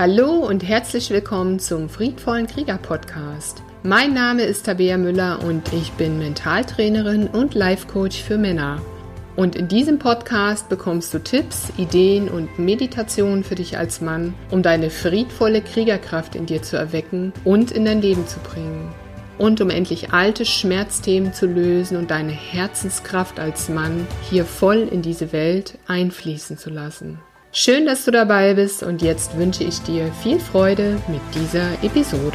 Hallo und herzlich willkommen zum Friedvollen Krieger Podcast. Mein Name ist Tabea Müller und ich bin Mentaltrainerin und Life-Coach für Männer. Und in diesem Podcast bekommst du Tipps, Ideen und Meditationen für dich als Mann, um deine friedvolle Kriegerkraft in dir zu erwecken und in dein Leben zu bringen. Und um endlich alte Schmerzthemen zu lösen und deine Herzenskraft als Mann hier voll in diese Welt einfließen zu lassen. Schön, dass du dabei bist und jetzt wünsche ich dir viel Freude mit dieser Episode.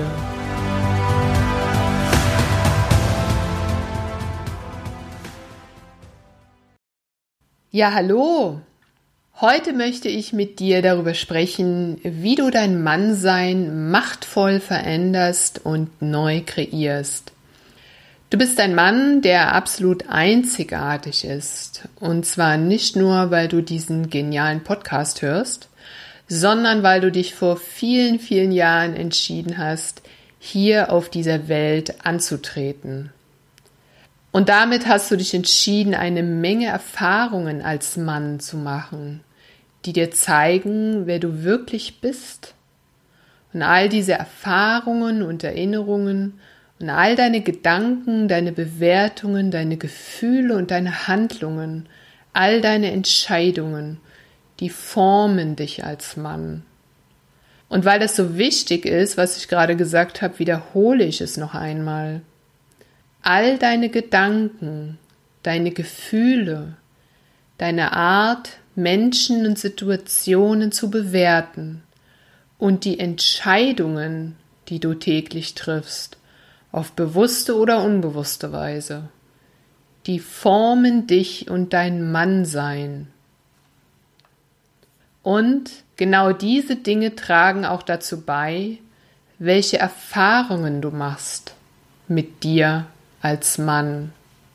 Ja, hallo! Heute möchte ich mit dir darüber sprechen, wie du dein Mannsein machtvoll veränderst und neu kreierst. Du bist ein Mann, der absolut einzigartig ist. Und zwar nicht nur, weil du diesen genialen Podcast hörst, sondern weil du dich vor vielen, vielen Jahren entschieden hast, hier auf dieser Welt anzutreten. Und damit hast du dich entschieden, eine Menge Erfahrungen als Mann zu machen, die dir zeigen, wer du wirklich bist. Und all diese Erfahrungen und Erinnerungen und all deine Gedanken, deine Bewertungen, deine Gefühle und deine Handlungen, all deine Entscheidungen, die formen dich als Mann. Und weil das so wichtig ist, was ich gerade gesagt habe, wiederhole ich es noch einmal. All deine Gedanken, deine Gefühle, deine Art, Menschen und Situationen zu bewerten und die Entscheidungen, die du täglich triffst, auf bewusste oder unbewusste Weise, die formen dich und dein Mannsein. Und genau diese Dinge tragen auch dazu bei, welche Erfahrungen du machst mit dir als Mann.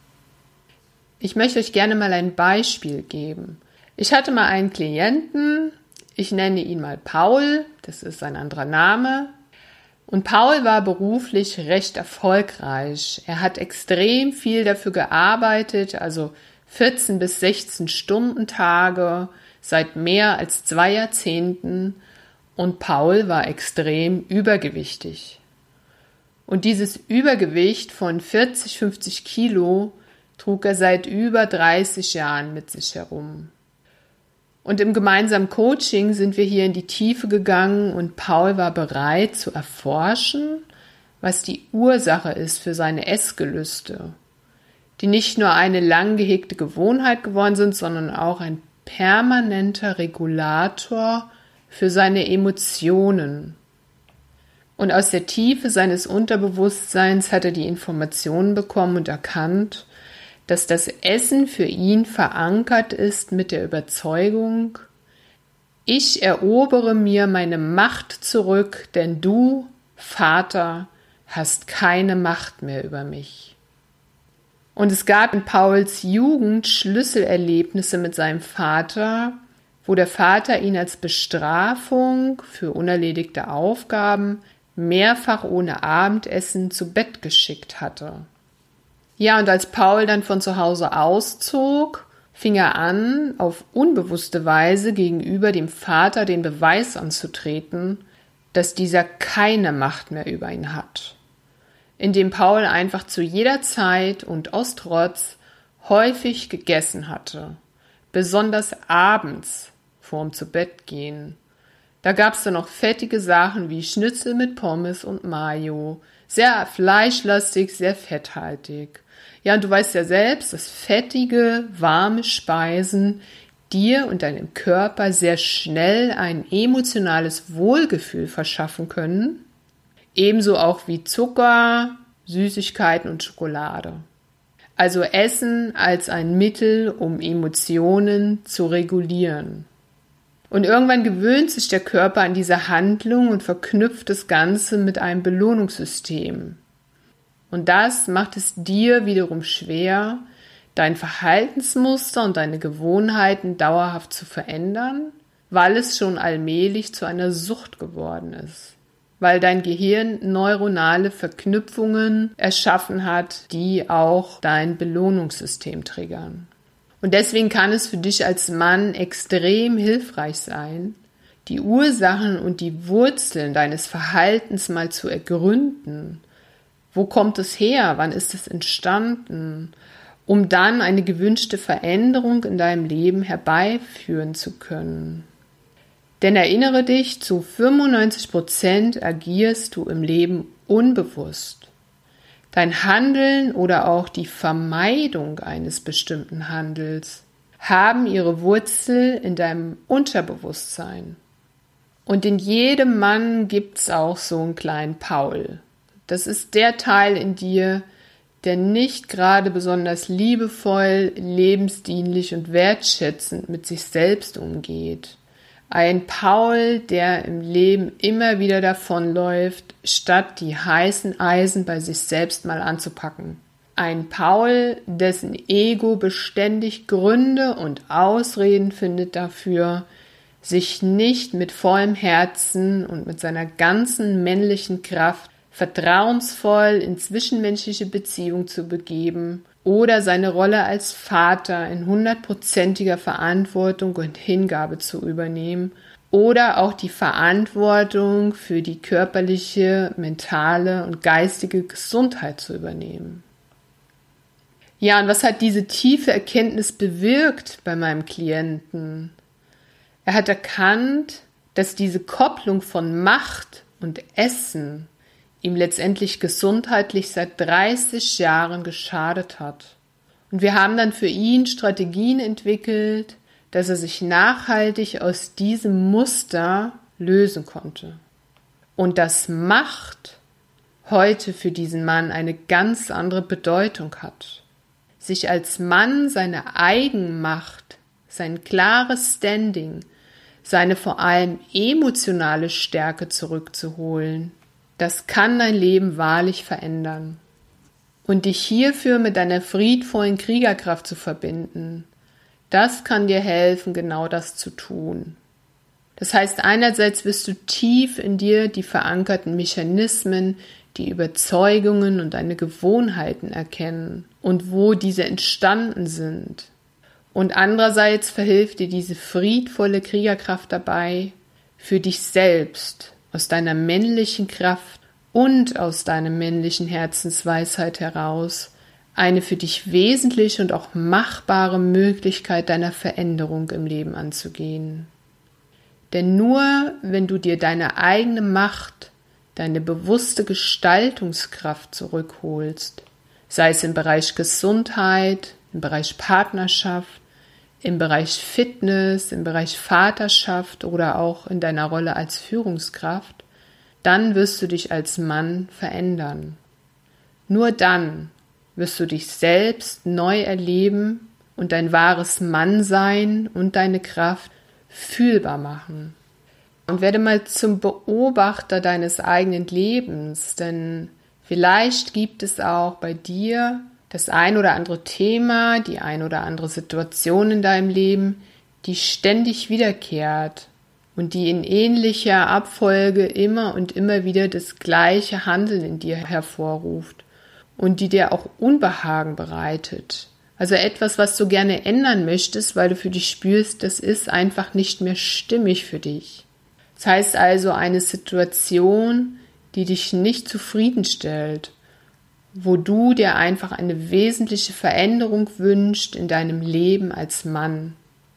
Ich möchte euch gerne mal ein Beispiel geben. Ich hatte mal einen Klienten, ich nenne ihn mal Paul, das ist ein anderer Name. Und Paul war beruflich recht erfolgreich. Er hat extrem viel dafür gearbeitet, also 14 bis 16 Stunden Tage seit mehr als 2 Jahrzehnten. Und Paul war extrem übergewichtig. Und dieses Übergewicht von 40, 50 Kilo trug er seit über 30 Jahren mit sich herum. Und im gemeinsamen Coaching sind wir hier in die Tiefe gegangen und Paul war bereit zu erforschen, was die Ursache ist für seine Essgelüste, die nicht nur eine lang gehegte Gewohnheit geworden sind, sondern auch ein permanenter Regulator für seine Emotionen. Und aus der Tiefe seines Unterbewusstseins hat er die Informationen bekommen und erkannt, dass das Essen für ihn verankert ist mit der Überzeugung, ich erobere mir meine Macht zurück, denn du, Vater, hast keine Macht mehr über mich. Und es gab in Pauls Jugend Schlüsselerlebnisse mit seinem Vater, wo der Vater ihn als Bestrafung für unerledigte Aufgaben mehrfach ohne Abendessen zu Bett geschickt hatte. Ja, und als Paul dann von zu Hause auszog, fing er an, auf unbewusste Weise gegenüber dem Vater den Beweis anzutreten, dass dieser keine Macht mehr über ihn hat. Indem Paul einfach zu jeder Zeit und aus Trotz häufig gegessen hatte, besonders abends vorm Zubettgehen. Da gab es dann noch fettige Sachen wie Schnitzel mit Pommes und Mayo, sehr fleischlastig, sehr fetthaltig. Ja, und du weißt ja selbst, dass fettige, warme Speisen dir und deinem Körper sehr schnell ein emotionales Wohlgefühl verschaffen können. Ebenso auch wie Zucker, Süßigkeiten und Schokolade. Also Essen als ein Mittel, um Emotionen zu regulieren. Und irgendwann gewöhnt sich der Körper an diese Handlung und verknüpft das Ganze mit einem Belohnungssystem. Und das macht es dir wiederum schwer, dein Verhaltensmuster und deine Gewohnheiten dauerhaft zu verändern, weil es schon allmählich zu einer Sucht geworden ist. Weil dein Gehirn neuronale Verknüpfungen erschaffen hat, die auch dein Belohnungssystem triggern. Und deswegen kann es für dich als Mann extrem hilfreich sein, die Ursachen und die Wurzeln deines Verhaltens mal zu ergründen. Wo kommt es her? Wann ist es entstanden? Um dann eine gewünschte Veränderung in deinem Leben herbeiführen zu können. Denn erinnere dich, zu 95% agierst du im Leben unbewusst. Dein Handeln oder auch die Vermeidung eines bestimmten Handels haben ihre Wurzel in deinem Unterbewusstsein. Und in jedem Mann gibt's auch so einen kleinen Paul. Das ist der Teil in dir, der nicht gerade besonders liebevoll, lebensdienlich und wertschätzend mit sich selbst umgeht. Ein Paul, der im Leben immer wieder davonläuft, statt die heißen Eisen bei sich selbst mal anzupacken. Ein Paul, dessen Ego beständig Gründe und Ausreden findet dafür, sich nicht mit vollem Herzen und mit seiner ganzen männlichen Kraft vertrauensvoll in zwischenmenschliche Beziehung zu begeben oder seine Rolle als Vater in 100%iger Verantwortung und Hingabe zu übernehmen oder auch die Verantwortung für die körperliche, mentale und geistige Gesundheit zu übernehmen. Ja, und was hat diese tiefe Erkenntnis bewirkt bei meinem Klienten? Er hat erkannt, dass diese Kopplung von Macht und Essen ihm letztendlich gesundheitlich seit 30 Jahren geschadet hat. Und wir haben dann für ihn Strategien entwickelt, dass er sich nachhaltig aus diesem Muster lösen konnte. Und dass Macht heute für diesen Mann eine ganz andere Bedeutung hat. Sich als Mann seine Eigenmacht, sein klares Standing, seine vor allem emotionale Stärke zurückzuholen, das kann dein Leben wahrlich verändern. Und dich hierfür mit deiner friedvollen Kriegerkraft zu verbinden, das kann dir helfen, genau das zu tun. Das heißt, einerseits wirst du tief in dir die verankerten Mechanismen, die Überzeugungen und deine Gewohnheiten erkennen und wo diese entstanden sind. Und andererseits verhilft dir diese friedvolle Kriegerkraft dabei, für dich selbst aus deiner männlichen Kraft und aus deiner männlichen Herzensweisheit heraus eine für dich wesentliche und auch machbare Möglichkeit deiner Veränderung im Leben anzugehen. Denn nur wenn du dir deine eigene Macht, deine bewusste Gestaltungskraft zurückholst, sei es im Bereich Gesundheit, im Bereich Partnerschaft, im Bereich Fitness, im Bereich Vaterschaft oder auch in deiner Rolle als Führungskraft, dann wirst du dich als Mann verändern. Nur dann wirst du dich selbst neu erleben und dein wahres Mannsein und deine Kraft fühlbar machen. Und werde mal zum Beobachter deines eigenen Lebens, denn vielleicht gibt es auch bei dir das ein oder andere Thema, die ein oder andere Situation in deinem Leben, die ständig wiederkehrt und die in ähnlicher Abfolge immer und immer wieder das gleiche Handeln in dir hervorruft und die dir auch Unbehagen bereitet. Also etwas, was du gerne ändern möchtest, weil du für dich spürst, das ist einfach nicht mehr stimmig für dich. Das heißt also eine Situation, die dich nicht zufriedenstellt, wo du dir einfach eine wesentliche Veränderung wünschst in deinem Leben als Mann.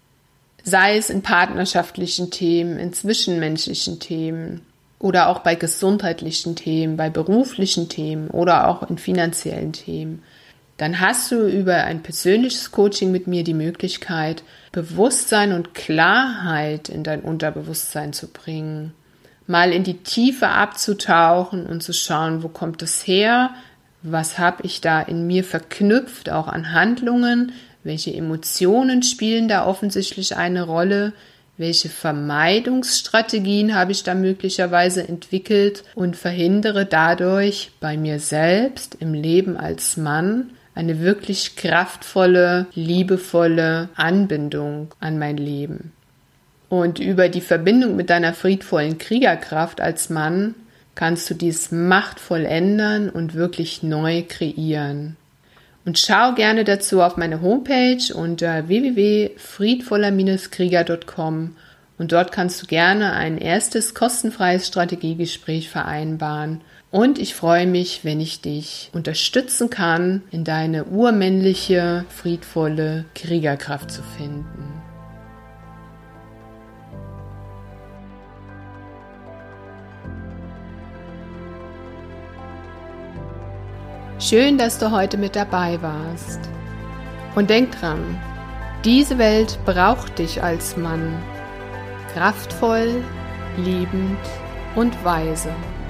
Sei es in partnerschaftlichen Themen, in zwischenmenschlichen Themen oder auch bei gesundheitlichen Themen, bei beruflichen Themen oder auch in finanziellen Themen. Dann hast du über ein persönliches Coaching mit mir die Möglichkeit, Bewusstsein und Klarheit in dein Unterbewusstsein zu bringen. Mal in die Tiefe abzutauchen und zu schauen, wo kommt es her? Was habe ich da in mir verknüpft, auch an Handlungen? Welche Emotionen spielen da offensichtlich eine Rolle? Welche Vermeidungsstrategien habe ich da möglicherweise entwickelt und verhindere dadurch bei mir selbst im Leben als Mann eine wirklich kraftvolle, liebevolle Anbindung an mein Leben? Und über die Verbindung mit deiner friedvollen Kriegerkraft als Mann kannst du dies machtvoll ändern und wirklich neu kreieren. Und schau gerne dazu auf meine Homepage unter www.friedvoller-krieger.com Und dort kannst du gerne ein erstes kostenfreies Strategiegespräch vereinbaren. Und ich freue mich, wenn ich dich unterstützen kann, in deine urmännliche, friedvolle Kriegerkraft zu finden. Schön, dass du heute mit dabei warst. Und denk dran, diese Welt braucht dich als Mann. Kraftvoll, liebend und weise.